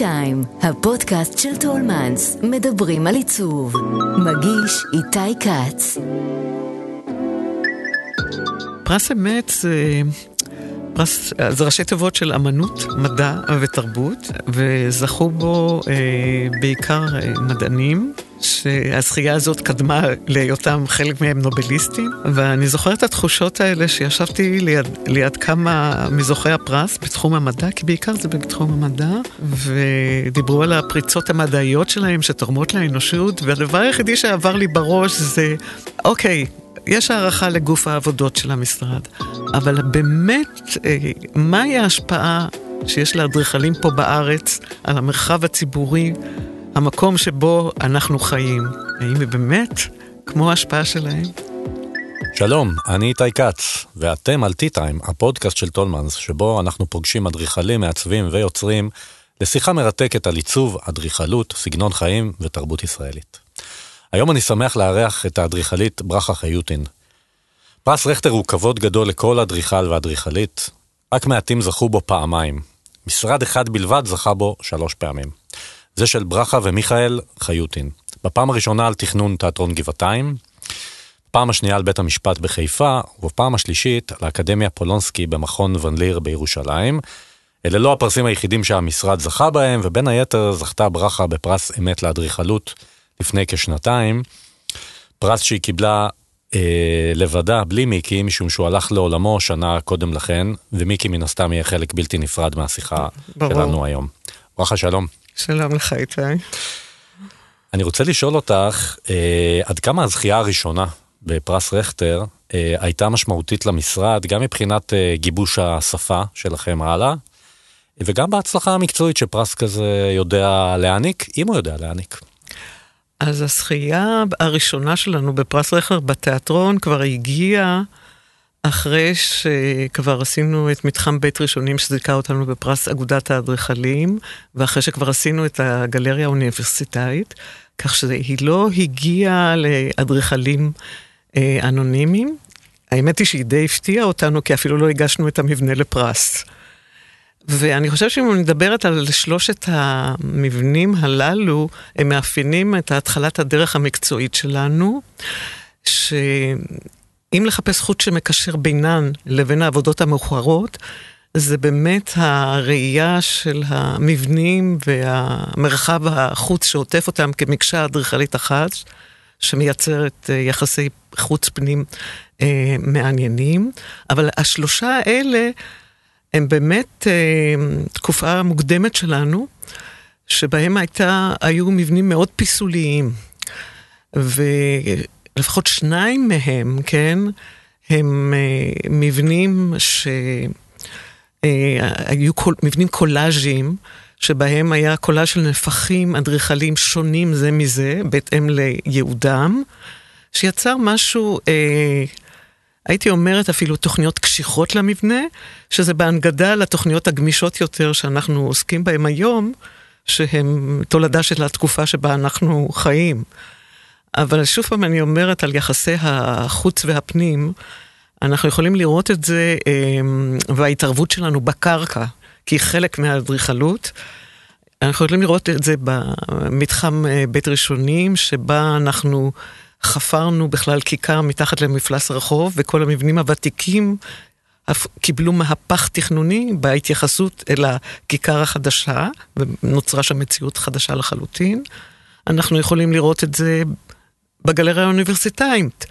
טיים, הפודקאסט של טולמנס, מדברים על עיצוב. מגיש איתי קץ. פרס אמת זה ראשי תיבות של אמנות, מדע ותרבות, וזכו בו בעיקר מדענים, שהזכייה הזאת קדמה להיותם חלק מהם נובליסטים, ואני זוכרת את התחושות האלה שישבתי ליד כמה מזוכי הפרס בתחום המדע, כי בעיקר זה בתחום המדע, ודיברו על הפריצות המדעיות שלהם שתורמות לאנושות, והדבר היחידי שעבר לי בראש זה, אוקיי, יש הערכה לגוף העבודות של המשרד, אבל באמת, מהי ההשפעה שיש לאדריכלים פה בארץ על המרחב הציבורי, המקום שבו אנחנו חיים? האם היא באמת כמו ההשפעה שלהם? שלום, אני איתי קץ, ואתם על טי-טיים, הפודקאסט של טולמנס, שבו אנחנו פוגשים אדריכלים, מעצבים ויוצרים לשיחה מרתקת על עיצוב, אדריכלות, סגנון חיים ותרבות ישראלית. היום אני שמח לארח את האדריכלית ברכה חיוטין. פרס רכטר הוא כבוד גדול לכל אדריכל ואדריכלית, רק מעטים זכו בו פעמיים. משרד אחד בלבד זכה בו 3 פעמים. זה של ברכה ומיכאל חיוטין. בפעם הראשונה על תכנון תיאטרון גבעתיים, פעם השנייה על בית המשפט בחיפה, ובפעם השלישית על האקדמיה פולונסקי במכון ון ליר בירושלים. אלה לא הפרסים היחידים שהמשרד זכה בהם, ובין היתר זכתה ברכה בפרס אמת לאדריכלות לפני כשנתיים, פרס שהיא קיבלה לבדה, בלי מיקי, משום שהוא הלך לעולמו שנה קודם לכן, ומיקי מן הסתם יהיה חלק בלתי נפרד מהשיחה שלנו היום. ברכה, שלום. שלום לך, איתי. אני רוצה לשאול אותך, עד כמה הזכייה הראשונה בפרס רכטר הייתה משמעותית למשרד, גם מבחינת גיבוש השפה שלכם הלאה, וגם בהצלחה המקצועית שפרס כזה יודע להעניק, אם הוא יודע להעניק. אז הזכייה הראשונה שלנו בפרס רכטר בתיאטרון כבר הגיעה אחרי שכבר עשינו את מתחם בית ראשונים שזיכה אותנו בפרס אגודת האדריכלים, ואחרי שכבר עשינו את הגלריה האוניברסיטאית, כך שהיא לא הגיעה לאדריכלים אנונימיים. האמת היא שהיא די הפתיעה אותנו, כי אפילו לא הגשנו את המבנה לפרס. ואני חושב שאם אני מדברת על 3 המבנים הללו, הם מאפיינים את התחלת הדרך המקצועית שלנו, שאם לחפש חוט שמקשר בינן לבין העבודות המאוחרות, זה באמת הראייה של המבנים והמרחב החוץ שעוטף אותם כמקשה אדריכלית אחת, שמייצרת יחסי חוץ פנים מעניינים, אבל 3 האלה, הם באמת תקופה מוקדמת שלנו, שבהם היו מבנים מאוד פיסוליים, ולפחות 2 מהם, כן, הם מבנים שהיו מבנים קולאז'ים, שבהם היה קולאז' של נפחים אדריכליים שונים זה מזה, בהתאם ליהודם, שיצר משהו הייתי אומרת אפילו תוכניות קשיחות למבנה, שזה בהנגדה לתוכניות הגמישות יותר שאנחנו עוסקים בהם היום, שהם תולדה של התקופה שבה אנחנו חיים. אבל שוב פעם אני אומרת על יחסי החוץ והפנים, אנחנו יכולים לראות את זה, וההתערבות שלנו בקרקע, כי היא חלק מהאדריכלות, אנחנו יכולים לראות את זה במתחם בית ראשונים, שבה אנחנו חפרנו בכלל כיכר מתחת למפלס הרחוב, וכל המבנים הוותיקים קיבלו מהפך תכנוני בהתייחסות אל הכיכר החדשה, ונוצרה שם מציאות חדשה לחלוטין. אנחנו יכולים לראות את זה בגלריה האוניברסיטאית,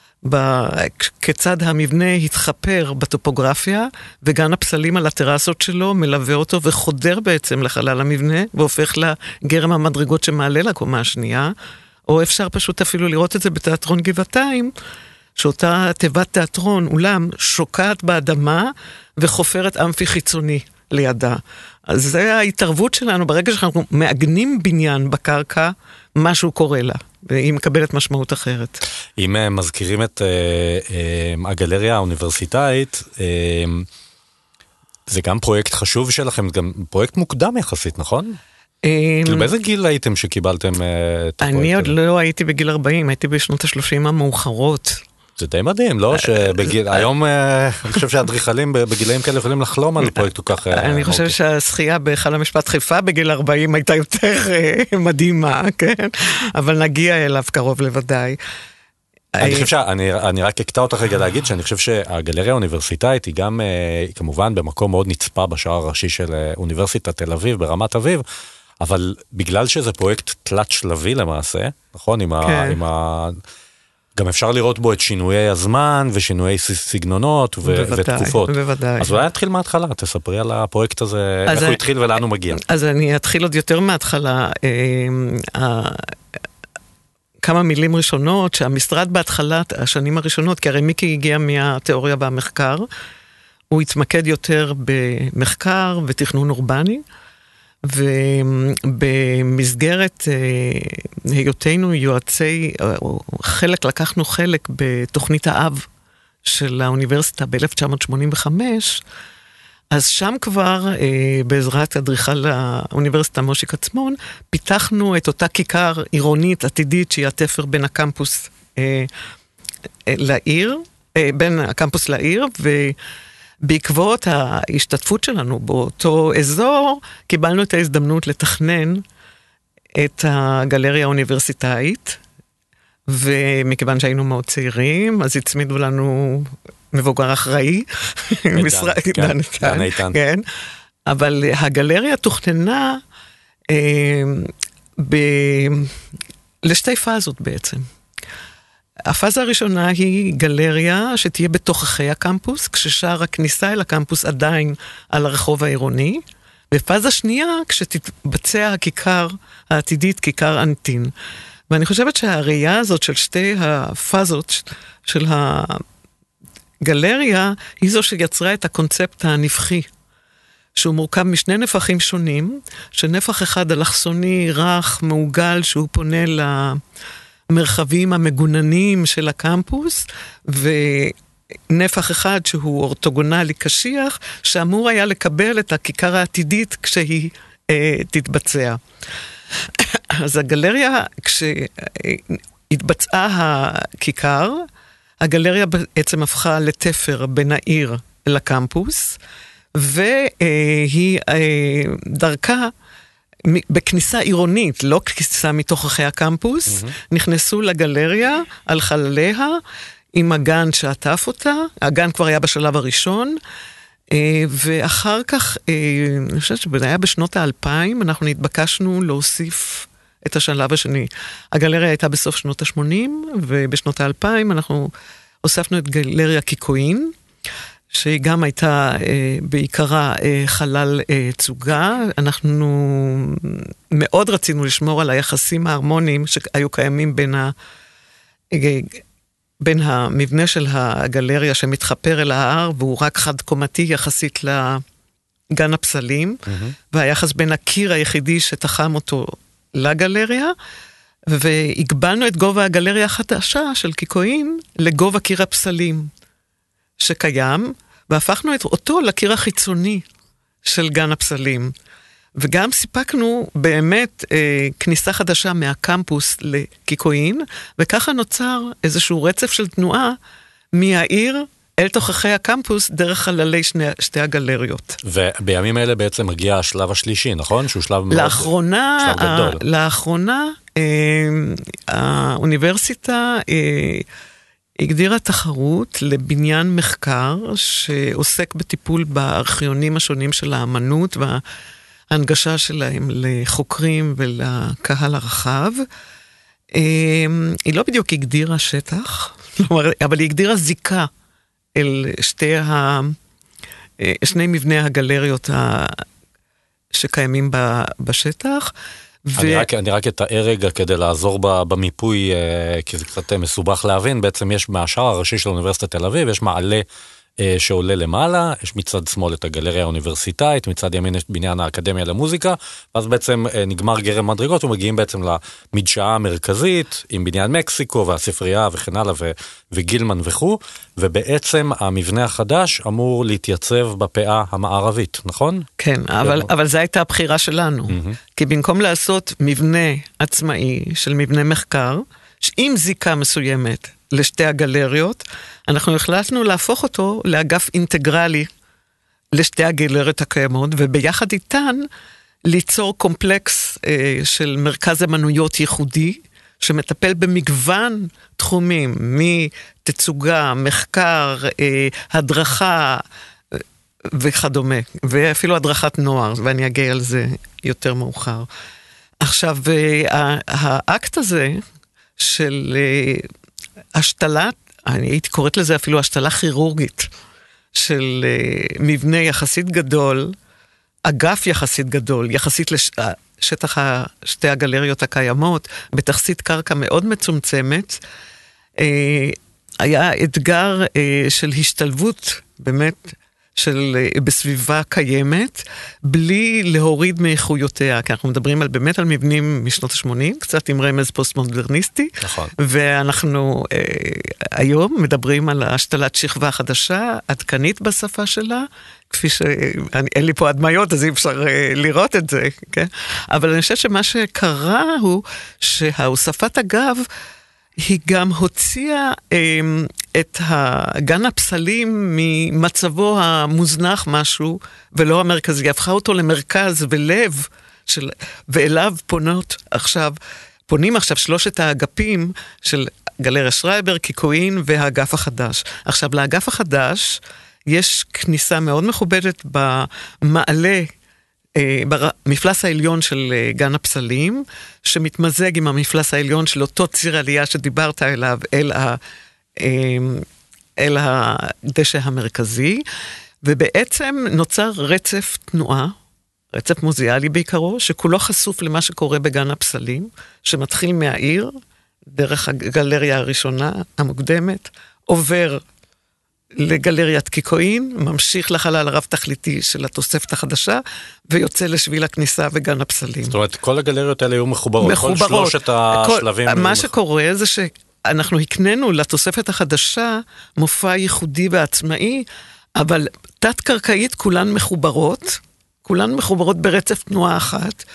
כיצד המבנה התחפר בטופוגרפיה, וגן הפסלים על הטרסות שלו מלווה אותו וחודר בעצם לחלל המבנה, והופך לגרם המדרגות שמעלה לקומה השנייה, או אפשר פשוט אפילו לראות את זה בתיאטרון גבעתיים, שאותה תיבת תיאטרון, אולם, שוקעת באדמה וחופרת אמפי חיצוני לידה. אז זה ההתערבות שלנו, ברגע שאנחנו מעגנים בניין בקרקע, משהו קורה לה, והיא מקבלת משמעות אחרת. אם מזכירים את הגלריה האוניברסיטאית, זה גם פרויקט חשוב שלכם, גם פרויקט מוקדם יחסית, נכון? כאילו באיזה גיל הייתם שקיבלתם את הפרויקט? אני עוד לא הייתי בגיל 40, הייתי בשנות ה-30 המאוחרות. זה די מדהים, לא? היום אני חושב שהאדריכלים בגילאים כאלה יכולים לחלום על פרויקט כל כך... אני חושב שהשחייה בהיכל המשפט חיפה בגיל 40 הייתה יותר מדהימה, כן? אבל נגיע אליו קרוב לוודאי. אני חושב אני רק אקטע אותך רגע להגיד שאני חושב שהגלריה האוניברסיטאית היא גם כמובן במקום מאוד נצפה בשער הראשי של אוניברסיטת תל אביב ברמת אביב, אבל בגלל שזה פרויקט תלת שלבי למעשה, נכון? גם אפשר לראות בו את שינויי הזמן ושינויי סגנונות ותקופות. בוודאי. אז אולי נתחיל מההתחלה, תספרי על הפרויקט הזה, איך הוא התחיל ולאן הוא מגיע. אז אני אתחיל עוד יותר מההתחלה. כמה מילים ראשונות, שהמשרד בהתחלת השנים הראשונות, כי הרי מיקי הגיע מהתיאוריה והמחקר, הוא התמקד יותר במחקר ותכנון אורבני, ובמסגרת היותנו יועצי, לקחנו חלק בתוכנית האב של האוניברסיטה ב-1985, אז שם כבר, בעזרת אדריכל האוניברסיטה מושיק עצמון, פיתחנו את אותה כיכר עירונית עתידית שהיא התפר בין הקמפוס לעיר, בין הקמפוס לעיר, ובעקבות ההשתתפות שלנו באותו אזור, קיבלנו את ההזדמנות לתכנן את הגלריה האוניברסיטאית, ומכיוון שהיינו מאוד צעירים, אז הצמידו לנו מבוגר אחראי, דן איתן. כן, אבל הגלריה תוכננה לשתי פאזות בעצם. הפאזה הראשונה היא גלריה שתהיה בתוככי הקמפוס, כששער הכניסה אל הקמפוס עדיין על הרחוב העירוני, ופאזה שנייה כשתתבצע הכיכר העתידית, כיכר אנטין. ואני חושבת שהראייה הזאת של שתי הפאזות של הגלריה, היא זו שיצרה את הקונספט הנפחי, שהוא מורכב משני נפחים שונים, שנפח אחד אלכסוני, רך, מעוגל, שהוא פונה למרחבים המגוננים של הקמפוס, ונפח אחד שהוא אורתוגונלי קשיח, שאמור היה לקבל את הכיכר העתידית כשהיא תתבצע. אז הגלריה, כשהתבצעה הכיכר, הגלריה בעצם הפכה לתפר בין העיר לקמפוס, והיא דרכה בכניסה עירונית, לא כניסה מתוככי הקמפוס, נכנסו לגלריה על חלליה עם הגן שעטף אותה, הגן כבר היה בשלב הראשון, ואחר כך, אני חושבת שזה היה בשנות ה-2000, אנחנו נתבקשנו להוסיף את השלב השני. הגלריה הייתה בסוף שנות ה-80, ובשנות ה-2000 אנחנו הוספנו את גלריה קיקוין, שהיא גם הייתה בעיקרה חלל צוגה. אנחנו מאוד רצינו לשמור על היחסים ההרמוניים שהיו קיימים בין המבנה של הגלריה שמתחפר אל ההר, והוא רק חד קומתי יחסית לגן הפסלים, והיחס בין הקיר היחידי שתחם אותו לגלריה, והגבלנו את גובה הגלריה החדשה של קיקוין לגובה קיר הפסלים שקיים, והפכנו אותו לקיר החיצוני של גן הפסלים. וגם סיפקנו באמת כניסה חדשה מהקמפוס לקיקוין, וככה נוצר איזשהו רצף של תנועה מהעיר אל תוככי הקמפוס דרך חללי שתי הגלריות. ובימים האלה בעצם מגיע השלב השלישי, נכון? שהוא שלב מאוד... שלב גדול. לאחרונה האוניברסיטה הגדירה תחרות לבניין מחקר שעוסק בטיפול בארכיונים השונים של האמנות וההנגשה שלהם לחוקרים ולקהל הרחב. היא לא בדיוק הגדירה שטח, אבל היא הגדירה זיקה אל שני מבני הגלריות שקיימים בשטח. אני רק אתאר רגע כדי לעזור במיפוי, כי זה קצת מסובך להבין, בעצם יש מהשער הראשי של אוניברסיטת תל אביב, יש מעלה שעולה למעלה, יש מצד שמאל את הגלריה האוניברסיטאית, מצד ימין יש בניין האקדמיה למוזיקה, ואז בעצם נגמר גרם מדרגות, ומגיעים בעצם למדשאה המרכזית, עם בניין מקסיקו והספרייה וכן הלאה, וגילמן וכו', ובעצם המבנה החדש אמור להתייצב בפאה המערבית, נכון? כן, אבל זו הייתה הבחירה שלנו, כי במקום לעשות מבנה עצמאי של מבנה מחקר, עם זיקה מסוימת לשתי הגלריות, אנחנו החלטנו להפוך אותו לאגף אינטגרלי לשתי הגלריות הקיימות, וביחד איתן ליצור קומפלקס של מרכז אמנויות ייחודי, שמטפל במגוון תחומים, מתצוגה, מחקר, הדרכה וכדומה, ואפילו הדרכת נוער, ואני אגיע על זה יותר מאוחר. עכשיו, האקט הזה של השתלת, אני הייתי קוראת לזה אפילו השתלה כירורגית, של מבנה יחסית גדול, אגף יחסית גדול, יחסית לשטח שתי הגלריות הקיימות, בתכסית קרקע מאוד מצומצמת, היה אתגר של השתלבות באמת, בסביבה קיימת, בלי להוריד מאיכויותיה, כי אנחנו מדברים באמת על מבנים משנות ה-80, קצת עם רמז פוסט-מודרניסטי, נכון. ואנחנו היום מדברים על השתלת שכבה חדשה, עדכנית בשפה שלה, כפי שאין לי פה הדמיות, אז אי אפשר לראות את זה, כן? אבל אני חושבת שמה שקרה הוא, שההוספת הגב, היא גם הוציאה את גן הפסלים ממצבו המוזנח משהו, ולא המרכזי, הפכה אותו למרכז ולב, ואליו פונים עכשיו שלושת האגפים של גלריה שרייבר, קיקוין והאגף החדש. עכשיו, לאגף החדש יש כניסה מאוד מכובדת במעלה, במפלס העליון של גן הפסלים, שמתמזג עם המפלס העליון של אותו ציר עלייה שדיברת אליו, אל הדשא המרכזי, ובעצם נוצר רצף תנועה, רצף מוזיאלי בעיקרו, שכולו חשוף למה שקורה בגן הפסלים, שמתחיל מהעיר, דרך הגלריה הראשונה, המוקדמת, עובר לגלריית קיקוין, ממשיך לחלל הרב תכליתי של התוספת החדשה, ויוצא לשביל הכניסה וגן הפסלים. זאת אומרת, כל הגלריות האלה היו מחוברות. כל שלושת השלבים. מה שקורה זה שאנחנו הקננו לתוספת החדשה מופע ייחודי ועצמאי, אבל תת-קרקעית כולן מחוברות ברצף תנועה אחת.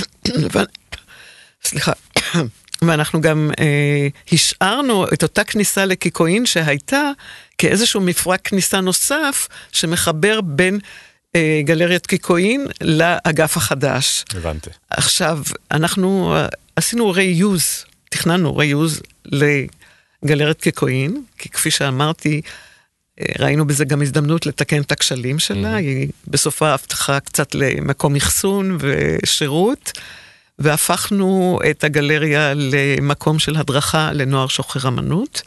סליחה. ואנחנו גם השארנו את אותה כניסה לקיקוין שהייתה כאיזשהו מפרק כניסה נוסף שמחבר בין גלריית קיקוין לאגף החדש. הבנתי. עכשיו, אנחנו עשינו ריוז, תכננו ריוז לגלריית קיקוין, כי כפי שאמרתי, ראינו בזה גם הזדמנות לתקן את הכשלים שלה, היא בסופה הבטחה קצת למקום אחסון ושירות, והפכנו את הגלריה למקום של הדרכה לנוער שוחר אמנות,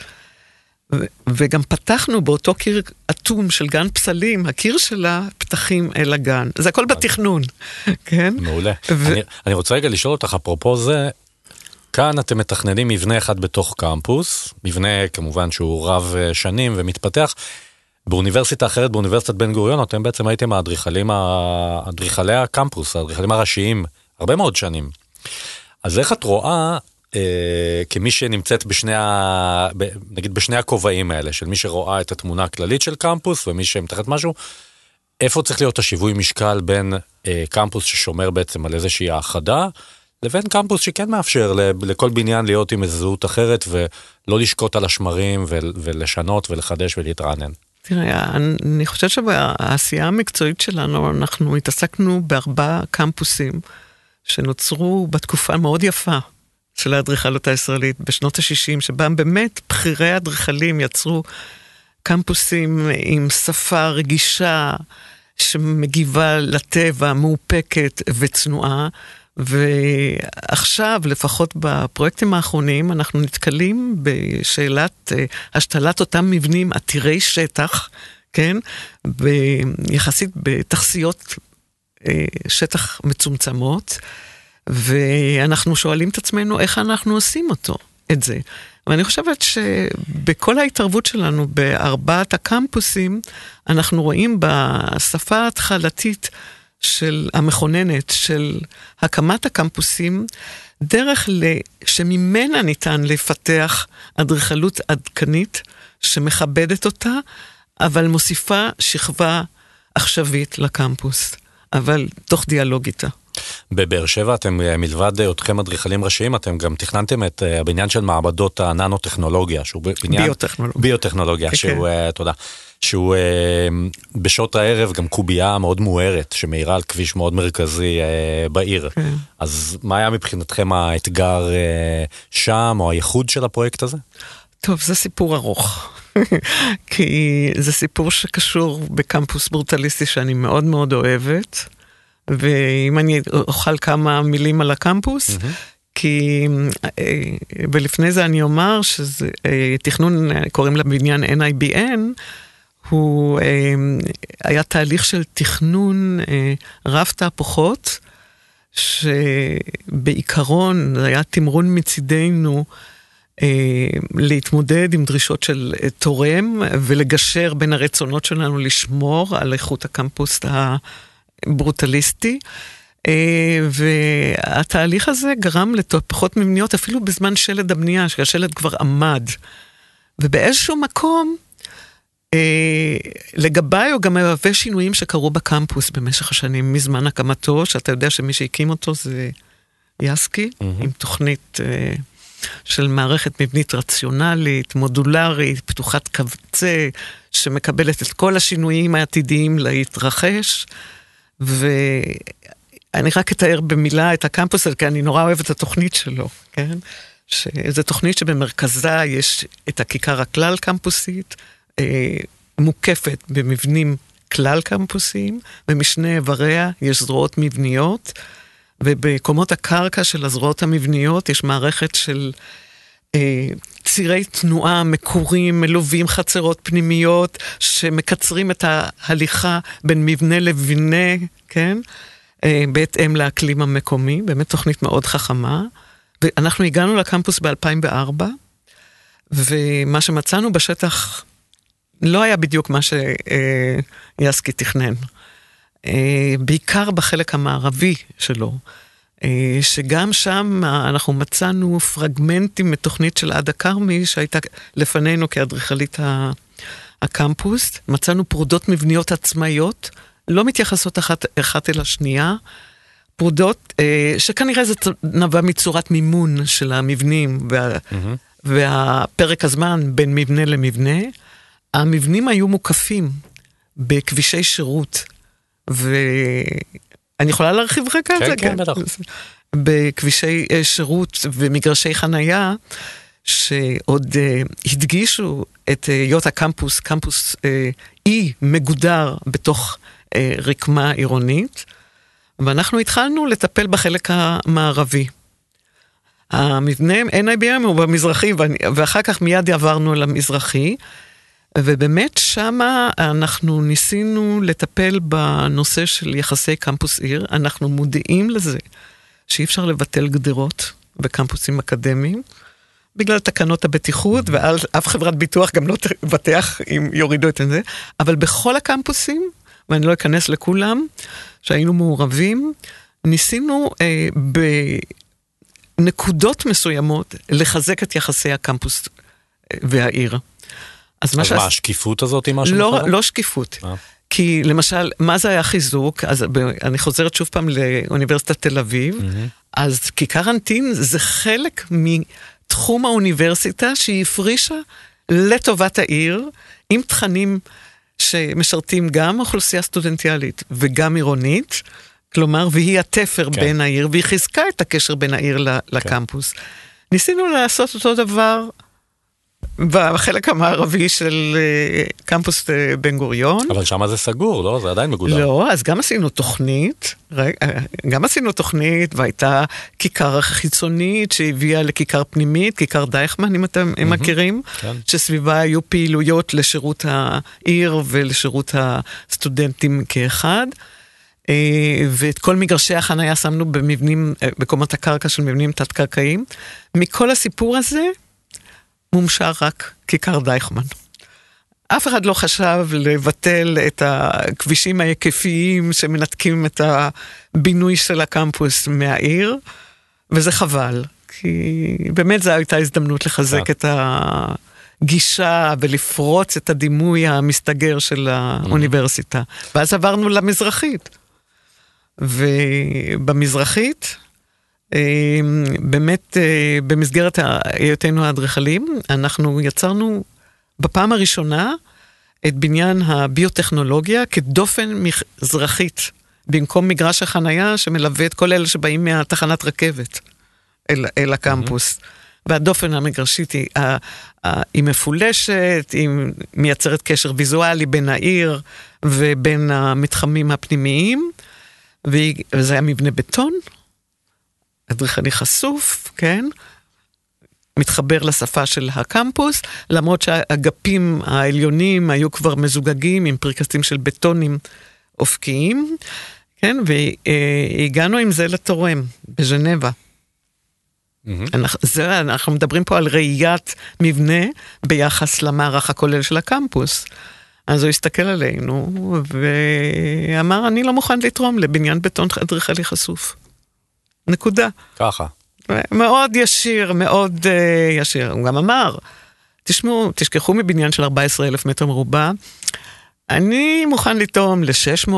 וגם פתחנו באותו קיר אטום של גן פסלים, הקיר שלה פתחים אל הגן. זה הכל בתכנון, כן? מעולה. אני רוצה רגע לשאול אותך, אפרופו זה, כאן אתם מתכננים מבנה אחד בתוך קמפוס, מבנה כמובן שהוא רב שנים ומתפתח, באוניברסיטה אחרת, באוניברסיטת בן גוריון, אתם בעצם הייתם האדריכלי הקמפוס, האדריכלים הראשיים, הרבה מאוד שנים. אז איך את רואה, כמי שנמצאת נגיד בשני הכובעים האלה, של מי שרואה את התמונה הכללית של קמפוס, ומי שמתחת משהו, איפה צריך להיות השיווי משקל בין קמפוס ששומר בעצם על איזושהי האחדה, לבין קמפוס שכן מאפשר לכל בניין להיות עם איזו זהות אחרת, ולא לשקוט על השמרים, ולשנות ולחדש ולהתרענן. תראה, אני חושבת שבעשייה המקצועית שלנו, אנחנו התעסקנו ב4 קמפוסים, שנוצרו בתקופה מאוד יפה של האדריכלות הישראלית, בשנות ה-60, שבהם באמת בחירי האדריכלים יצרו קמפוסים עם שפה רגישה, שמגיבה לטבע, מאופקת וצנועה, ועכשיו, לפחות בפרויקטים האחרונים, אנחנו נתקלים בשאלת השתלת אותם מבנים עתירי שטח, כן? יחסית בתכסיות שטח מצומצמות, ואנחנו שואלים את עצמנו איך אנחנו עושים את זה. ואני חושבת שבכל ההתערבות שלנו ב4 הקמפוסים, אנחנו רואים בשפה ההתחלתית של המכוננת של הקמת הקמפוסים, דרך שממנה ניתן לפתח אדריכלות עדכנית שמכבדת אותה, אבל מוסיפה שכבה עכשווית לקמפוס, אבל תוך דיאלוג איתה. בבאר שבע אתם מלבד אתכם אדריכלים ראשיים, אתם גם תכננתם את הבניין של מעבדות הננו-טכנולוגיה, שהוא בניין... ביוטכנולוגיה, שהוא, תודה, שהוא בשעות הערב גם קובייה מאוד מוארת, שמאירה על כביש מאוד מרכזי בעיר. אז מה היה מבחינתכם האתגר שם, או הייחוד של הפרויקט הזה? טוב, זה סיפור ארוך. כי זה סיפור שקשור בקמפוס ברוטליסטי שאני מאוד מאוד אוהבת, ואם אני אוכל כמה מילים על הקמפוס, כי, ולפני זה אני אומר שזה תכנון, קוראים לבניין NIBN, הוא היה תהליך של תכנון רב תהפוכות, שבעיקרון זה היה תמרון מצידנו, להתמודד עם דרישות של תורם, ולגשר בין הרצונות שלנו לשמור על איכות הקמפוס הברוטליסטי, והתהליך הזה גרם לתהפוכות מבניות, אפילו בזמן שלד הבנייה, שהשלד כבר עמד, ובאיזשהו מקום, לגביי הוא גם מהווה שינויים שקרו בקמפוס במשך השנים, מזמן הקמתו, שאתה יודע שמי שהקים אותו זה יסקי, עם תוכנית של מערכת מבנית רציונלית, מודולרית, פתוחת קבצה, שמקבלת את כל השינויים העתידיים להתרחש, ואני רק אתאר במילה את הקמפוס, כי אני נורא אוהבת את התוכנית שלו, כן? שזו תוכנית שבמרכזה יש את הכיכר הכלל קמפוסית, מוקפת במבנים כלל קמפוסיים, ומשני עבריה יש זרועות מבניות, ובקומות הקרקע של הזרועות המבניות יש מערכת של צירי תנועה מקורים, מלווים, חצרות פנימיות, שמקצרים את ההליכה בין מבנה לבנה, כן? בהתאם לאקלים המקומי, באמת תוכנית מאוד חכמה. ואנחנו הגענו לקמפוס ב-2004, ומה שמצאנו בשטח לא היה בדיוק מה שיסקי תכנן. בעיקר בחלק המערבי שלו, שגם שם אנחנו מצאנו פרגמנטים מתוכנית של עדה קרמי, שהייתה לפנינו כאדריכלית הקמפוס, מצאנו פרודות מבניות עצמאיות, לא מתייחסות אחת אל השנייה, פרודות שכנראה זה נבע מצורת מימון של המבנים, והפרק הזמן בין מבנה למבנה, המבנים היו מוקפים בכבישי שירות, ואני יכולה להרחיב רק על זה? כן, בטח. בכבישי שירות ומגרשי חנייה, שעוד הדגישו את היות הקמפוס, קמפוס אי מגודר בתוך רקמה עירונית, ואנחנו התחלנו לטפל בחלק המערבי. המבנה NIBM הוא במזרחי, ואחר כך מיד עברנו למזרחי, ובאמת שמה אנחנו ניסינו לטפל בנושא של יחסי קמפוס עיר, אנחנו מודעים לזה שאי אפשר לבטל גדרות בקמפוסים אקדמיים, בגלל תקנות הבטיחות, ואף חברת ביטוח גם לא תבטח אם יורידו את זה, אבל בכל הקמפוסים, ואני לא אכנס לכולם, שהיינו מעורבים, ניסינו בנקודות מסוימות לחזק את יחסי הקמפוס והעיר. אז מה, השקיפות הזאת היא משהו? לא שקיפות. כי למשל, מה זה היה חיזוק? אז אני חוזרת שוב פעם לאוניברסיטת תל אביב, אז כיכר אנטין זה חלק מתחום האוניברסיטה שהיא הפרישה לטובת העיר, עם תכנים שמשרתים גם אוכלוסייה סטודנטיאלית וגם עירונית, כלומר, והיא התפר בין העיר, והיא חיזקה את הקשר בין העיר לקמפוס. ניסינו לעשות אותו דבר בחלק המערבי של קמפוס בן גוריון. אבל שם זה סגור, לא? זה עדיין מגודר. לא, אז גם עשינו תוכנית, והייתה כיכר חיצונית שהביאה לכיכר פנימית, כיכר דייכמן, אם אתם מכירים, שסביבה היו פעילויות לשירות העיר ולשירות הסטודנטים כאחד, ואת כל מגרשי החניה שמנו במבנים, בקומת הקרקע של מבנים תת-קרקעיים. מכל הסיפור הזה, מומשה רק כיכר דייכמן. אף אחד לא חשב לבטל את הכבישים ההיקפיים שמנתקים את הבינוי של הקמפוס מהעיר, וזה חבל, כי באמת זו הייתה הזדמנות לחזק את הגישה ולפרוץ את הדימוי המסתגר של האוניברסיטה. ואז עברנו למזרחית. ובמזרחית, באמת במסגרת היותנו האדריכלים, אנחנו יצרנו בפעם הראשונה את בניין הביוטכנולוגיה כדופן מזרחית, במקום מגרש החנייה שמלווה את כל אלה שבאים מהתחנת רכבת אל הקמפוס. והדופן המגרשית היא מפולשת, היא מייצרת קשר ויזואלי בין העיר ובין המתחמים הפנימיים, וזה היה מבנה בטון, אדריכלי חשוף, כן? מתחבר לשפה של הקמפוס, למרות שהאגפים העליונים היו כבר מזוגגים עם פרקסטים של בטונים אופקיים, כן? והגענו עם זה לתורם בז'נבה. אנחנו מדברים פה על ראיית מבנה ביחס למערך הכולל של הקמפוס. אז הוא הסתכל עלינו ואמר, אני לא מוכן לתרום לבניין בטון אדריכלי חשוף. נקודה. ככה. מאוד ישיר, מאוד ישיר. הוא גם אמר, תשמעו, תשכחו מבניין של 14,000 מטר מרובע, אני מוכן לתרום ל-600,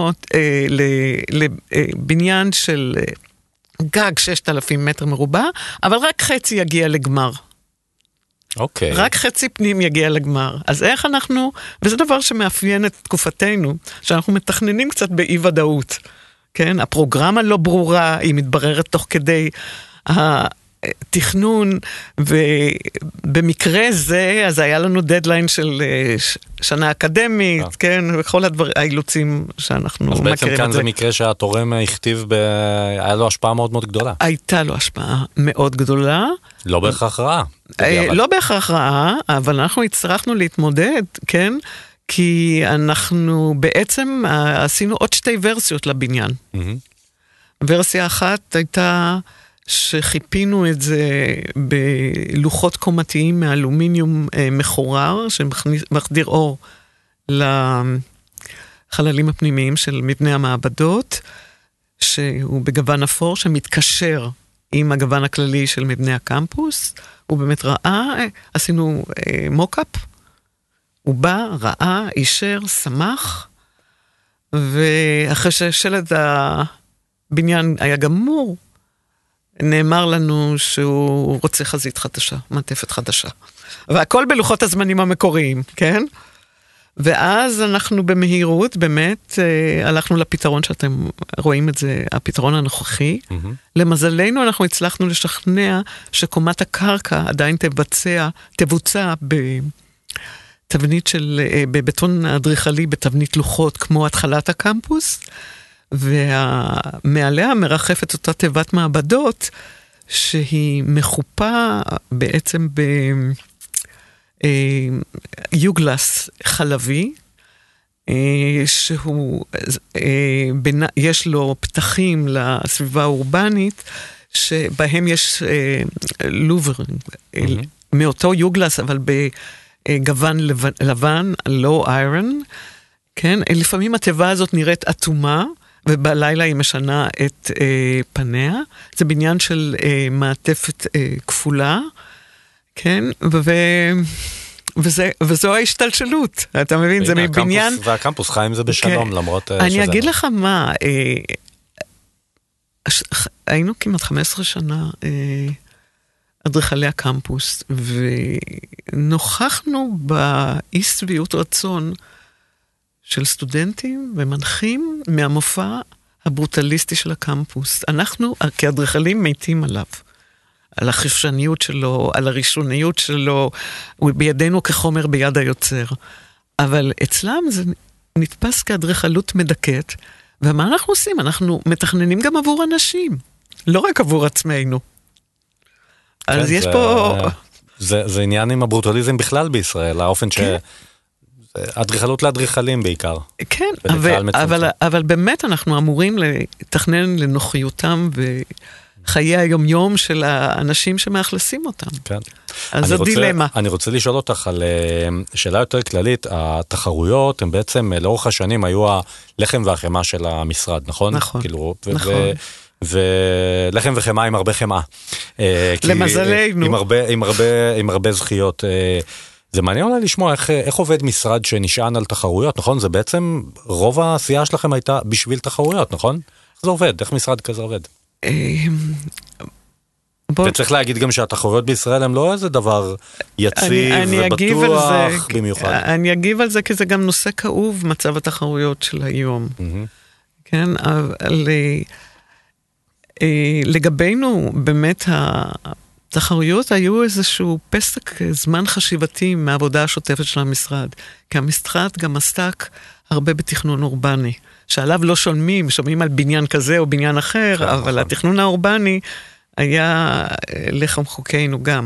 לבניין של גג 6,000 מטר מרובע, אבל רק חצי יגיע לגמר. אוקיי. רק חצי פנים יגיע לגמר. אז איך אנחנו, וזה דבר שמאפיין את תקופתנו, שאנחנו מתכננים קצת באי ודאות. כן? הפרוגרמה לא ברורה, היא מתבררת תוך כדי התכנון, ובמקרה זה, אז היה לנו דדליין של שנה אקדמית, כן? וכל האילוצים שאנחנו מכירים את זה. אז בעצם כאן זה מקרה שהתורם הכתיב, היה לו השפעה מאוד מאוד גדולה. הייתה לו השפעה מאוד גדולה. לא בהכרח רעה. לא בהכרח רעה, אבל אנחנו הצטרכנו להתמודד, כן? כי אנחנו בעצם עשינו עוד שתי ורסיות לבניין. ורסיה אחת הייתה שחיפינו את זה בלוחות קומתיים מאלומיניום מחורר, שמחדיר אור לחללים הפנימיים של מבנה המעבדות, שהוא בגוון אפור, שמתקשר עם הגוון הכללי של מבנה הקמפוס. הוא באמת ראה, עשינו מוקאפ, הוא בא, ראה, אישר, שמח, ואחרי ששלד הבניין היה גמור, נאמר לנו שהוא רוצה חזית חדשה, מעטפת חדשה. והכל בלוחות הזמנים המקוריים, כן? ואז אנחנו במהירות, באמת, הלכנו לפתרון שאתם רואים את זה, הפתרון הנוכחי. למזלנו, אנחנו הצלחנו לשכנע שקומת הקרקע עדיין תבוצע בתבנית של, בבטון אדריכלי, בתבנית לוחות, כמו התחלת הקמפוס, ומעליה מרחפת אותה תיבת מעבדות, שהיא מחופה בעצם יוגלס חלבי, שהוא, יש לו פתחים לסביבה האורבנית, שבהם יש לובר, מאותו יוגלס, אבל בגוון לבן, לא איירון, כן? לפעמים התיבה הזאת נראית אטומה, ובלילה היא משנה את פניה. זה בניין של מעטפת כפולה, כן? וזו ההשתלשלות, אתה מבין? זה מבניין... והקמפוס חי עם זה בשלום, למרות שזה... אני אגיד לך מה, היינו כמעט 15 שנה אדריכלי הקמפוס, ונוכחנו באי שביעות רצון של סטודנטים ומנחים מהמופע הברוטליסטי של הקמפוס. אנחנו כאדריכלים מתים עליו. על החפשניות שלו, על הראשוניות שלו, הוא בידינו כחומר ביד היוצר. אבל אצלם זה נתפס כאדריכלות מדכאת, ומה אנחנו עושים? אנחנו מתכננים גם עבור אנשים, לא רק עבור עצמנו. אז יש פה... זה עניין עם הברוטליזם בכלל בישראל, האופן ש... אדריכלות לאדריכלים בעיקר. כן, אבל באמת אנחנו אמורים לתכנן לנוחיותם חיי היום-יום של האנשים שמאכלסים אותם. כן. אז זו דילמה. אני רוצה לשאול אותך על שאלה יותר כללית, התחרויות הן בעצם לאורך השנים היו הלחם והחמה של המשרד, נכון? נכון. נכון. ולחם וחמה עם הרבה חמה. למזלנו. עם הרבה זכיות. זה מעניין אולי לשמוע איך עובד משרד שנשען על תחרויות, נכון? זה בעצם רוב העשייה שלכם הייתה בשביל תחרויות, נכון? זה עובד? איך משרד כזה עובד? וצריך להגיד גם שהתחרויות בישראל הם לא איזה דבר יציב ובטוח במיוחד. אני אגיב על זה כי זה גם נושא כאוב, מצב התחרויות של היום. כן, אבל לגבינו באמת התחרויות היו איזשהו פסק זמן חשיבתי מהעבודה השוטפת של המשרד. כי המשרד גם עסק הרבה בתכנון אורבני, שעליו לא שומעים על בניין כזה או בניין אחר, אבל התכנון האורבני היה לחם חוקנו גם.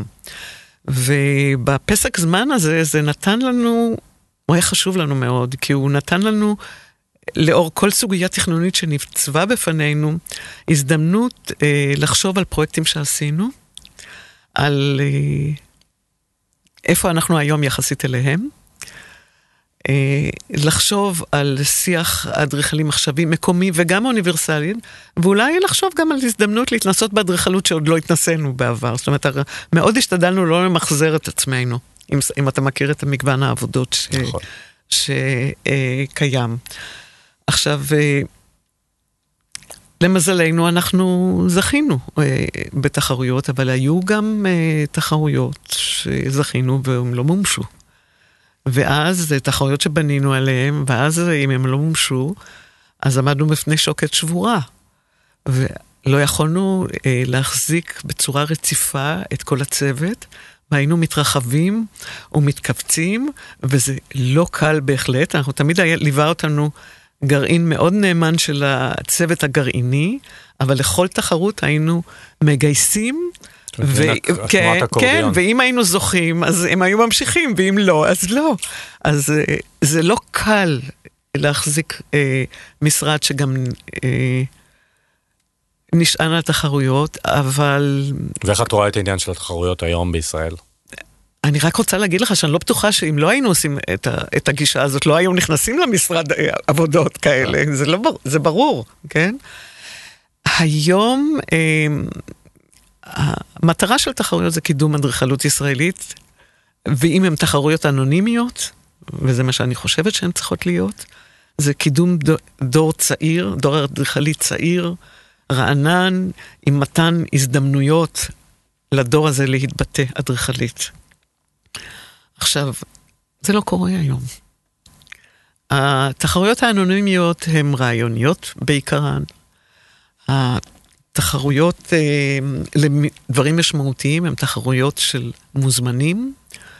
ובפסק זמן הזה, זה נתן לנו, הוא היה חשוב לנו מאוד, כי הוא נתן לנו, לאור כל סוגיה תכנונית שנצבה בפנינו, הזדמנות לחשוב על פרויקטים שעשינו, על איפה אנחנו היום יחסית אליהם, לחשוב על שיח אדריכלים מחשבי מקומי וגם אוניברסלי, ואולי לחשוב גם על הזדמנות להתנסות באדריכלות שעוד לא התנסינו בעבר. זאת אומרת, מאוד השתדלנו לא למחזר את עצמנו, אם אתה מכיר את המגוון העבודות שקיים. עכשיו, למזלנו אנחנו זכינו בתחרויות, אבל היו גם תחרויות שזכינו והם לא מומשו. ואז תחרויות שבנינו עליהם, ואז אם הם לא מומשו, אז עמדנו בפני שוקת שבורה. ולא יכולנו להחזיק בצורה רציפה את כל הצוות, והיינו מתרחבים ומתכווצים, וזה לא קל בהחלט. אנחנו תמיד ליווה אותנו גרעין מאוד נאמן של הצוות הגרעיני, אבל לכל תחרות היינו מגייסים, כן, ואם היינו זוכים, אז הם היו ממשיכים, ואם לא, אז לא. אז זה לא קל להחזיק משרד שגם נשען על תחרויות, אבל... ואיך את רואה את העניין של התחרויות היום בישראל? אני רק רוצה להגיד לך שאני לא בטוחה שאם לא היינו עושים את הגישה הזאת, לא היו נכנסים למשרד עבודות כאלה, זה ברור, כן? היום... המטרה של תחרויות זה קידום אדריכלות ישראלית, ואם הן תחרויות אנונימיות, וזה מה שאני חושבת שהן צריכות להיות, זה קידום דור צעיר, דור אדריכלי צעיר, רענן, עם מתן הזדמנויות לדור הזה להתבטא אדריכלית. עכשיו, זה לא קורה היום. התחרויות האנונימיות הן רעיוניות בעיקרן. תחרויות לדברים משמעותיים, הן תחרויות של מוזמנים,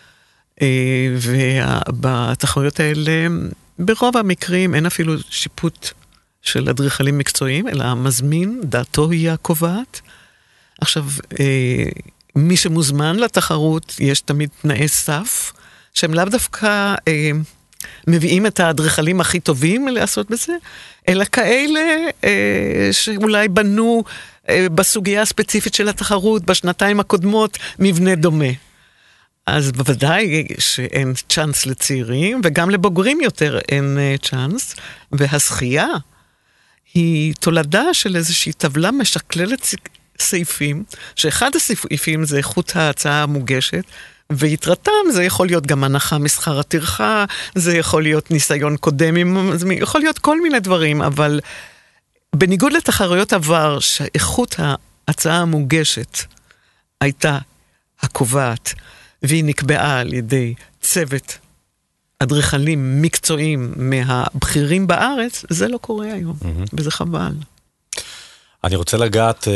ובתחרויות האלה, ברוב המקרים, אין אפילו שיפוט של אדריכלים מקצועיים, אלא המזמין, דעתו היא הקובעת. עכשיו, מי שמוזמן לתחרות, יש תמיד תנאי סף, שהם לאו דווקא מביאים את האדריכלים הכי טובים לעשות בזה, אלא כאלה שאולי בנו בסוגיה הספציפית של התחרות, בשנתיים הקודמות, מבנה דומה. אז בוודאי שאין צ'אנס לצעירים, וגם לבוגרים יותר אין צ'אנס, והזכייה היא תולדה של איזושהי טבלה משקללת סעיפים, שאחד הסעיפים זה איכות ההצעה המוגשת, ויתרתם זה יכול להיות גם הנחה משכר הטרחה, זה יכול להיות ניסיון קודם, זה יכול להיות כל מיני דברים, אבל בניגוד לתחרויות עבר, שאיכות ההצעה המוגשת הייתה הקובעת, והיא נקבעה על ידי צוות אדריכלים מקצועיים מהבכירים בארץ, זה לא קורה היום, וזה חבל. אני רוצה לגעת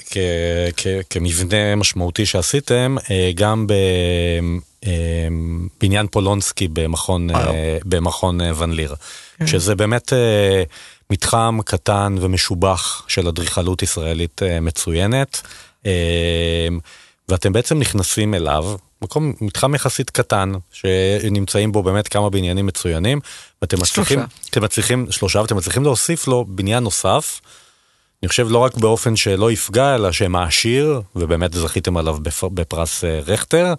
כמבנה משמעותי שעשיתם, גם בבניין פולונסקי במכון ון ליר, שזה באמת מתחם קטן ומשובח של אדריכלות ישראלית מצוינת, ואתם בעצם נכנסים אליו, מתחם יחסית קטן, שנמצאים בו באמת כמה בניינים מצוינים, ואתם מצליחים להוסיף לו בניין נוסף, אני חושב לא רק באופן שלא יפגע, אלא שמעשיר, ובאמת זכיתם עליו בפרס רכטר.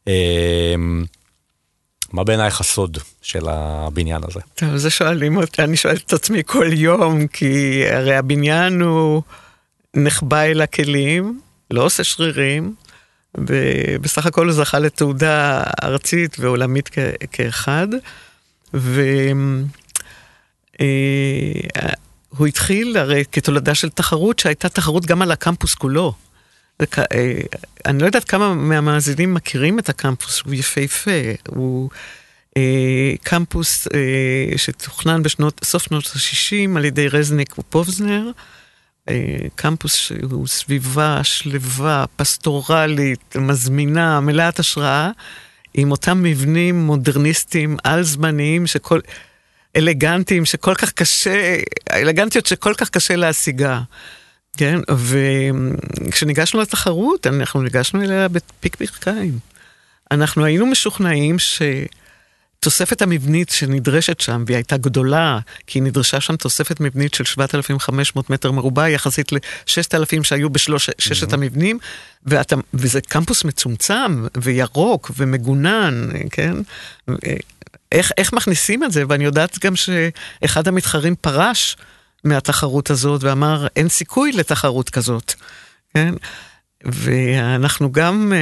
מה בעינייך הסוד של הבניין הזה? טוב, זה שואלים אותי, אני שואלת את עצמי כל יום, כי הרי הבניין הוא נחבא אל הכלים, לא עושה שרירים, ובסך הכל הוא זכה לתעודה ארצית ועולמית כאחד, הוא התחיל הרי כתולדה של תחרות, שהייתה תחרות גם על הקמפוס כולו. אני לא יודעת כמה מהמאזינים מכירים את הקמפוס, הוא יפהפה, הוא קמפוס שתוכנן בסוף שנות ה-60 על ידי רזניק ופובזנר, קמפוס שהוא סביבה שלווה, פסטורלית, מזמינה, מלאת השראה, עם אותם מבנים מודרניסטיים על-זמניים, אלגנטיים, שכל כך קשה, אלגנטיות שכל כך קשה להשיגה. כן, וכשניגשנו לתחרות, אנחנו ניגשנו אליה בפיק ברכיים. אנחנו היינו משוכנעים שתוספת המבנית שנדרשת שם, והיא הייתה גדולה, כי היא נדרשה שם תוספת מבנית של 7,500 מטר מרובע, יחסית ל-6,000 שהיו בששת המבנים, וזה קמפוס מצומצם, וירוק, ומגונן, כן? איך מכניסים את זה? ואני יודעת גם שאחד המתחרים פרש מהתחרות הזאת, ואמר, אין סיכוי לתחרות כזאת. כן? ואנחנו גם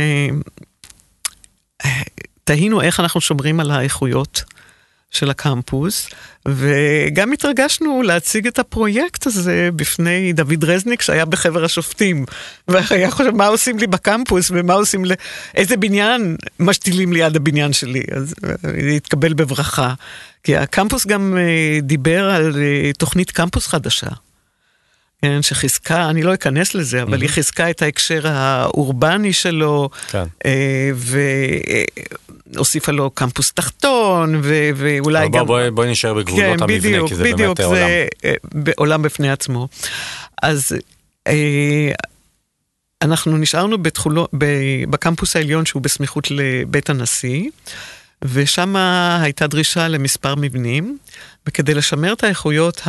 תהינו איך אנחנו שומרים על האיכויות של הקמפוס, וגם התרגשנו להציג את הפרויקט הזה בפני דוד רזניק, שהיה בחבר השופטים, והיה חושב, מה עושים לי בקמפוס, ומה עושים איזה בניין משתילים ליד הבניין שלי, אז התקבל בברכה. כי הקמפוס גם דיבר על תוכנית קמפוס חדשה, כן, שחיזקה, אני לא אכנס לזה, אבל היא חיזקה את ההקשר האורבני שלו, והוסיפה לו קמפוס תחתון, ואולי גם... בואי נשאר בגבולות המבנה, כי זה באמת עולם. עולם בפני עצמו. אז אנחנו נשארנו בקמפוס העליון, שהוא בסמיכות לבית הנשיא, ושם הייתה דרישה למספר מבנים, וכדי לשמר את האיכויות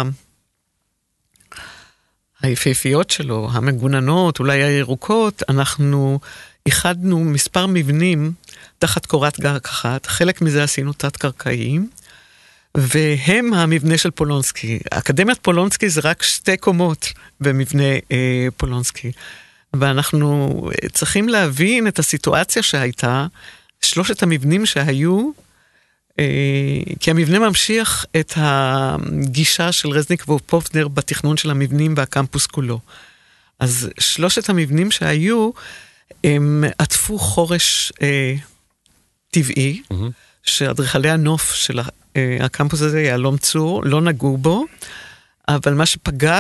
היפהפיות שלו, המגוננות, אולי הירוקות, אנחנו איחדנו מספר מבנים תחת קורת גג אחת, חלק מזה עשינו תת-קרקעיים, והם המבנה של פולונסקי. אקדמיית פולונסקי זה רק 2 קומות במבנה פולונסקי, ואנחנו צריכים להבין את הסיטואציה שהייתה, 3 המבנים שהיו, כי המבנה ממשיך את הגישה של רזניק ופובזנר בתכנון של המבנים והקמפוס כולו. אז 3 המבנים שהיו, הם עטפו חורש טבעי, שאדריכלי הנוף של הקמפוס הזה, יעלום צור, לא נגעו בו, אבל מה שפגע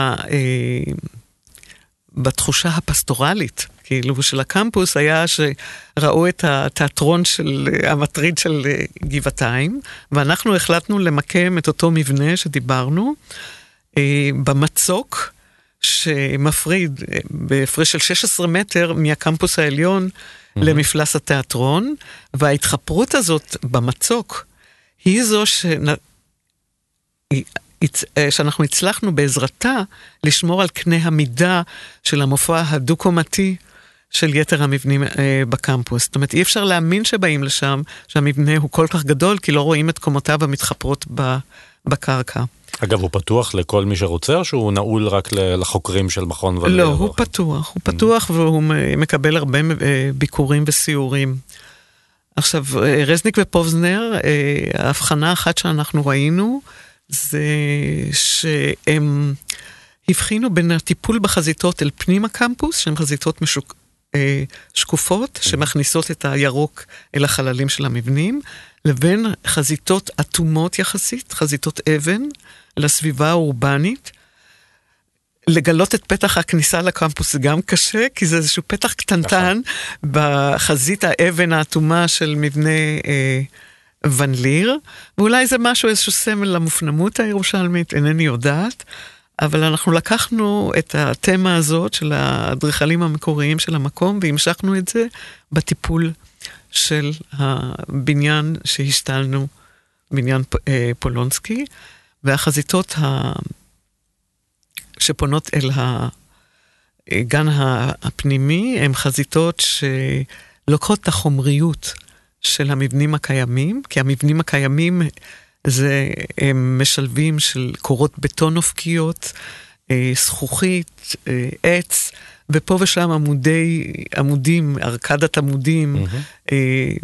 בתחושה הפסטורלית, כאילו של הקמפוס, היה שראו את התיאטרון של המטריד של גבעתיים, ואנחנו החלטנו למקם את אותו מבנה שדיברנו, במצוק שמפריד בהפרש של 16 מטר מהקמפוס העליון למפלס התיאטרון, וההתחפרות הזאת במצוק היא זו שאנחנו הצלחנו בעזרתה לשמור על קנה המידה של המופע הדו-קומתי של יתר המבנים בקמפוס. זאת אומרת, אי אפשר להאמין שבאים לשם, שהמבנה הוא כל כך גדול, כי לא רואים את קומותיו המתחפרות בקרקע. אגב, הוא פתוח לכל מי שרוצה, או שהוא נעול רק לחוקרים של מכון ולד? לא, הוא פתוח, והוא מקבל הרבה ביקורים וסיורים. עכשיו, רזניק ופובזנר, ההבחנה אחת שאנחנו ראינו, זה שהם הבחינו בין הטיפול בחזיתות אל פנים הקמפוס, שהן חזיתות שקופות, שמכניסות את הירוק אל החללים של המבנים, לבין חזיתות אטומות יחסית, חזיתות אבן, לסביבה האורבנית. לגלות את פתח הכניסה לקמפוס זה גם קשה, כי זה איזשהו פתח קטנטן בחזית האבן האטומה של מבנה ון ליר, ואולי זה משהו, איזשהו סמל למופנמות הירושלמית, אינני יודעת, אבל אנחנו לקחנו את התמה הזאת של האדריכלים המקוריים של המקום, והמשכנו את זה בטיפול של הבניין שהשתלנו, בניין פולונסקי, והחזיתות שפונות אל הגן הפנימי, הן חזיתות שלוקחות את החומריות של המבנים הקיימים, כי המבנים הקיימים הם משלבים של קורות בטון אופקיות, זכוכית, עץ, ופה ושם עמודים, ארקדת עמודים,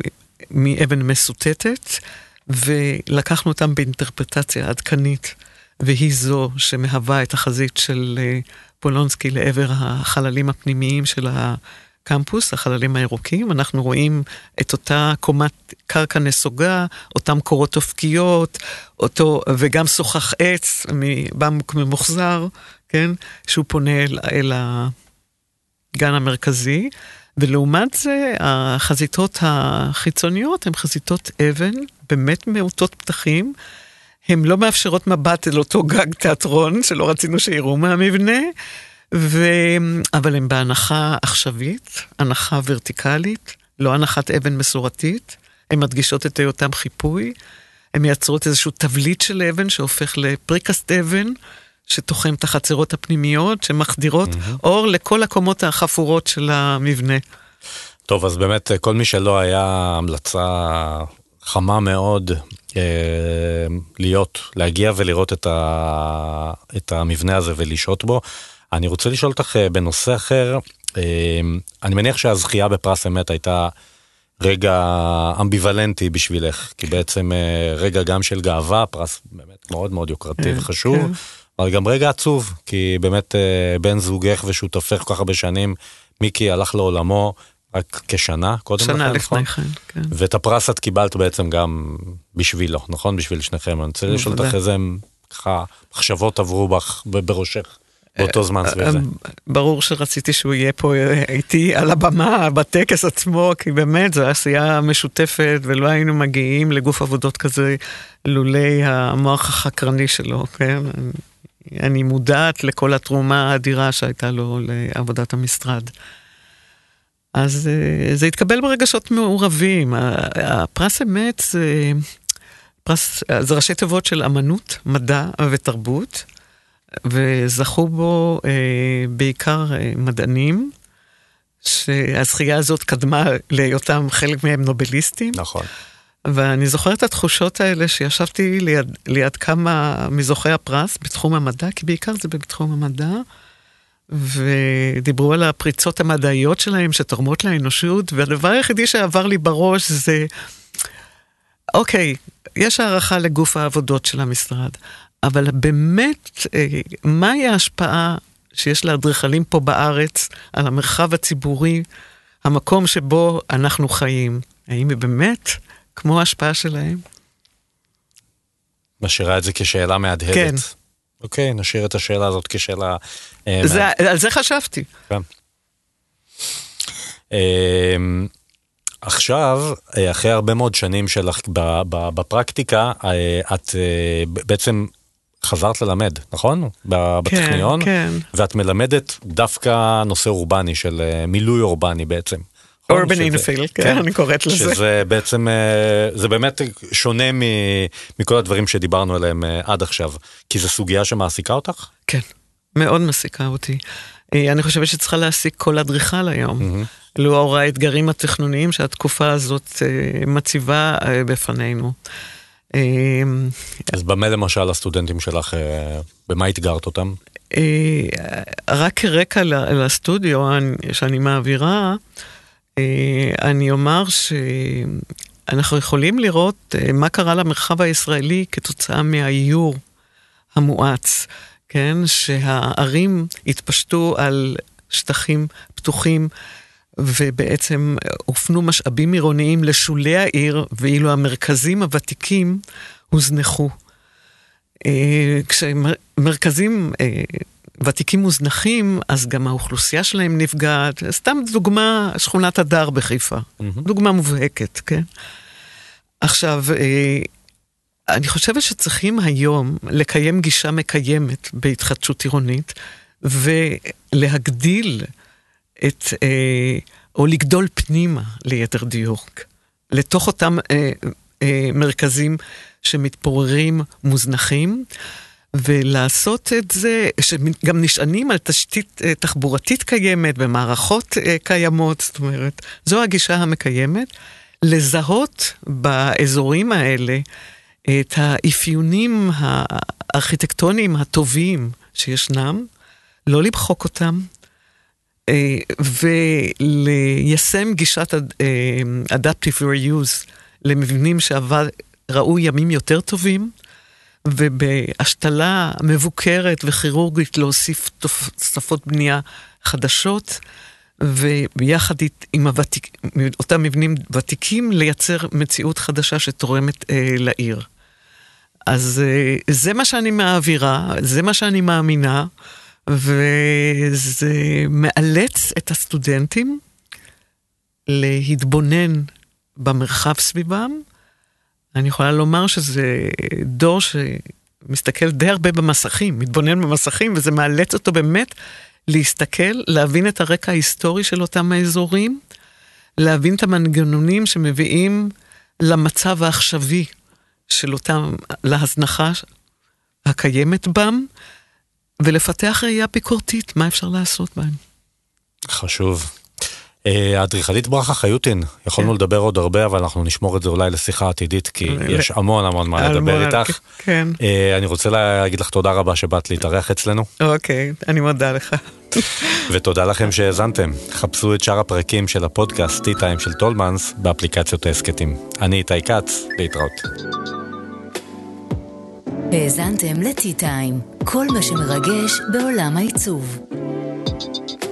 מאבן מסוטטת, ולקחנו אותם באינטרפרטציה עדכנית והיא זו שמהווה את החזית של פולונסקי לעבר החללים הפנימיים של הקמפוס, החללים הירוקים. אנחנו רואים את אותה קומת קרקע נסוגה, אותם קורות אופקיות, וגם שוחח עץ ממוחזר, כן? שהוא פונה אל הגן המרכזי, ולעומת זה, החזיתות החיצוניות הן חזיתות אבן, באמת מעוטות פתחים, הן לא מאפשרות מבט אל אותו גג תיאטרון, שלא רצינו שיראו מהמבנה, אבל הן בהנחה עכשווית, הנחה ורטיקלית, לא הנחת אבן מסורתית, הן מדגישות את היותם חיפוי, הן מייצרות איזשהו תבליט של אבן, שהופך לפריקסט אבן, שתוחם את החצרות הפנימיות, שמחדירות אור לכל הקומות החפורות של המבנה. טוב, אז באמת כל מי שלא היה המלצה חמה מאוד להגיע ולראות את המבנה הזה ולשהות בו. אני רוצה לשאול אותך בנושא אחר, אני מניח שהזכייה בפרס אמת הייתה רגע אמביוולנטי בשבילך, כי בעצם רגע גם של גאווה, פרס באמת מאוד מאוד יוקרתי וחשוב, אבל גם רגע עצוב, כי באמת בן זוגך ושותפך כל כך הרבה שנים, מיקי הלך לעולמו רק כשנה, קודם לכן, שנה לפני כן, כן. ואת הפרס את קיבלת בעצם גם בשבילו, נכון? בשביל שניכם. אני רוצה לשאול אותך איזה ככה מחשבות עברו בך בראשך באותו זמן סביב זה. ברור שרציתי שהוא יהיה פה איתי על הבמה, בטקס עצמו, כי באמת זו עשייה משותפת, ולא היינו מגיעים לגוף עבודות כזה, לולי המוח החקרני שלו, כן? אני מודעת לכל התרומה האדירה שהייתה לו לעבודת המשרד. אז זה התקבל ברגשות מעורבים. הפרס אמת זה ראשי תיבות של אמנות, מדע ותרבות, וזכו בו בעיקר מדענים, שהזכייה הזאת קדמה להיותם חלק מהם נובליסטים. נכון. ואני זוכרת את התחושות האלה שישבתי ליד כמה מזוכי הפרס בתחום המדע, כי בעיקר זה בתחום המדע, ודיברו על הפריצות המדעיות שלהם שתורמות לאנושות, והדבר היחידי שעבר לי בראש זה, אוקיי, יש הערכה לגוף העבודות של המשרד, אבל באמת, מהי ההשפעה שיש לאדריכלים פה בארץ על המרחב הציבורי, המקום שבו אנחנו חיים? האם היא באמת כמו ההשפעה שלהם? משאירה את זה כשאלה מהדהדת. כן. אוקיי, נשאיר את השאלה הזאת כשאלה... על זה חשבתי. כן. עכשיו, אחרי הרבה מאוד שנים שלך בפרקטיקה, את בעצם חזרת ללמד, נכון? בטכניון? כן. ואת מלמדת דווקא נושא אורבני, של מילוי אורבני בעצם. אורבן אינפיל, כן, אני קוראת לזה. שזה בעצם, זה באמת שונה מכל הדברים שדיברנו עליהם עד עכשיו. כי זו סוגיה שמעסיקה אותך? כן, מאוד מעסיקה אותי. אני חושבת שצריכה להעסיק כל אדריכל היום. לאור האתגרים התכנוניים שהתקופה הזאת מציבה בפנינו. אז במה למשל הסטודנטים שלך, במה התגרת אותם? רק כרקע לסטודיו שאני מעבירה, אני אומר שאנחנו יכולים לראות מה קרה למרחב הישראלי כתוצאה מהאיור המואץ, כן? שהערים התפשטו על שטחים פתוחים, ובעצם הופנו משאבים עירוניים לשולי העיר, ואילו המרכזים הוותיקים הוזנחו. כשמרכזים ותיקים מוזנחים, אז גם האוכלוסייה שלהם נפגעת. סתם דוגמה, שכונת הדר בחיפה. דוגמה מובהקת, כן? עכשיו, אני חושבת שצריכים היום לקיים גישה מקיימת בהתחדשות עירונית, ולהגדיל או לגדול פנימה ליתר דיוק, לתוך אותם מרכזים שמתפוררים מוזנחים, ולעשות את זה, שגם נשענים על תשתית תחבורתית קיימת, במערכות קיימות, זאת אומרת, זו הגישה המקיימת, לזהות באזורים האלה את האפיונים הארכיטקטוניים הטובים שישנם, לא לבחוק אותם, וליישם גישת adaptive reuse למבנים שראו ימים יותר טובים, ובהשתלה מבוקרת וכירורגית להוסיף תוספות בנייה חדשות, וביחד עם אותם מבנים ותיקים לייצר מציאות חדשה שתורמת לעיר. אז זה מה שאני מעבירה, זה מה שאני מאמינה, וזה מאלץ את הסטודנטים להתבונן במרחב סביבם. אני יכולה לומר שזה דור שמסתכל די הרבה במסכים, מתבונן במסכים, וזה מאלץ אותו באמת להסתכל, להבין את הרקע ההיסטורי של אותם האזורים, להבין את המנגנונים שמביאים למצב העכשווי של אותם, להזנחה הקיימת בם, ולפתח ראייה ביקורתית, מה אפשר לעשות בהם. חשוב. האדריכלית ברכה חיוטין, יכולנו לדבר עוד הרבה, אבל אנחנו נשמור את זה אולי לשיחה עתידית, כי יש המון מה לדבר איתך. כן. אני רוצה להגיד לך תודה רבה שבאת להתארח אצלנו. אוקיי, אני מודה לך. ותודה לכם שהאזנתם. חפשו את שאר הפרקים של הפודקאסט Tea Time של טולמנס באפליקציות העסקתים. אני איתי כץ, להתראות. האזנתם ל-Tea Time, כל מה שמרגש בעולם העיצוב.